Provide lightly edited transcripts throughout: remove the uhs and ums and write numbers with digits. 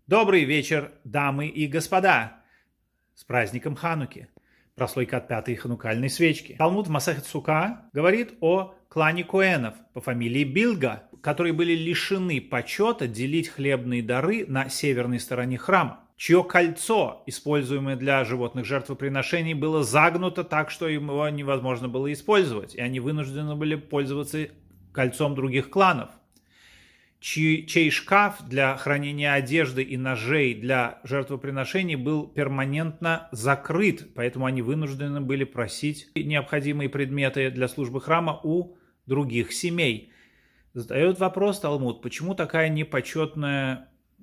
Добрый вечер, дамы и господа! С праздником Хануки! Прослойка от пятой ханукальной свечки. Талмуд в Масехет Сука говорит о клане Коэнов по фамилии Билга, которые были лишены почета делить хлебные дары на северной стороне храма, чье кольцо, используемое для животных жертвоприношений, было загнуто так, что его невозможно было использовать, и они вынуждены были пользоваться кольцом других кланов, чей шкаф для хранения одежды и ножей для жертвоприношений был перманентно закрыт, поэтому они вынуждены были просить необходимые предметы для службы храма у других семей. Задает вопрос Талмуд, почему такая непочетный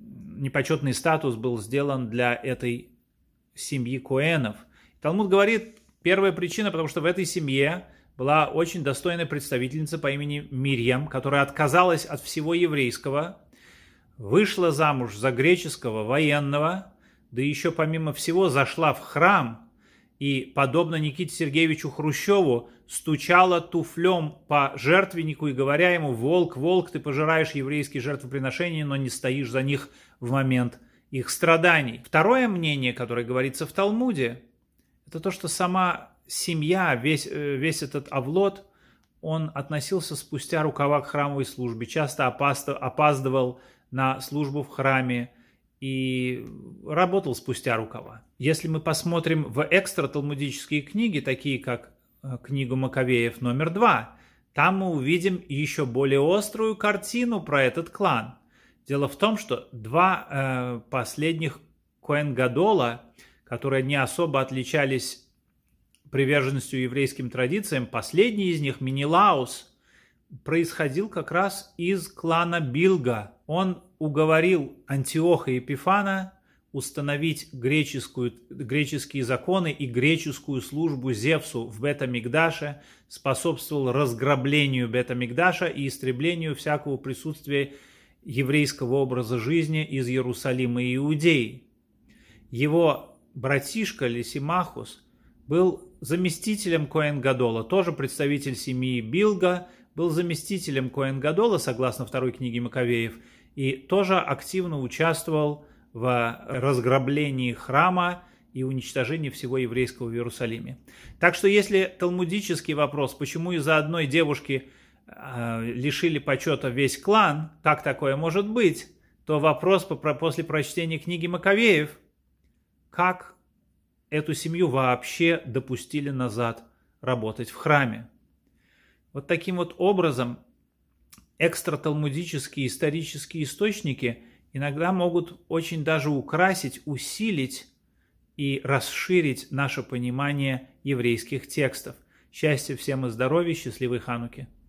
статус был сделан для этой семьи Коэнов. Талмуд говорит, первая причина, потому что в этой семье была очень достойная представительница по имени Мирьям, которая отказалась от всего еврейского, вышла замуж за греческого военного, да еще помимо всего зашла в храм и, подобно Никите Сергеевичу Хрущеву, стучала туфлем по жертвеннику и говоря ему: «Волк, волк, ты пожираешь еврейские жертвоприношения, но не стоишь за них в момент их страданий». Второе мнение, которое говорится в Талмуде, это то, что сама семья, весь этот авлот, он относился спустя рукава к храмовой службе, часто опаздывал на службу в храме и работал спустя рукава. Если мы посмотрим в экстраталмудические книги, такие как книгу Маковеев номер 2, там мы увидим еще более острую картину про этот клан. Дело в том, что два последних Коэн Гадола, которые не особо отличались приверженностью еврейским традициям, последний из них, Менелаус, происходил как раз из клана Билга. Он уговорил Антиоха Епифана установить греческие законы и греческую службу Зевсу в Бет-Амикдаше, способствовал разграблению Бет-Амикдаша и истреблению всякого присутствия еврейского образа жизни из Иерусалима и Иудеи. Его братишка Лисимахус был заместителем Коэн Гадола, тоже представитель семьи Билга, был заместителем Коэн Гадола, согласно второй книге Маковеев, и тоже активно участвовал в разграблении храма и уничтожении всего еврейского в Иерусалиме. Так что если талмудический вопрос, почему из-за одной девушки лишили почета весь клан, как такое может быть, то вопрос после прочтения книги Маковеев, как эту семью вообще допустили назад работать в храме. Вот таким вот образом экстраталмудические исторические источники иногда могут очень даже украсить, усилить и расширить наше понимание еврейских текстов. Счастья всем и здоровья, счастливой Хануки!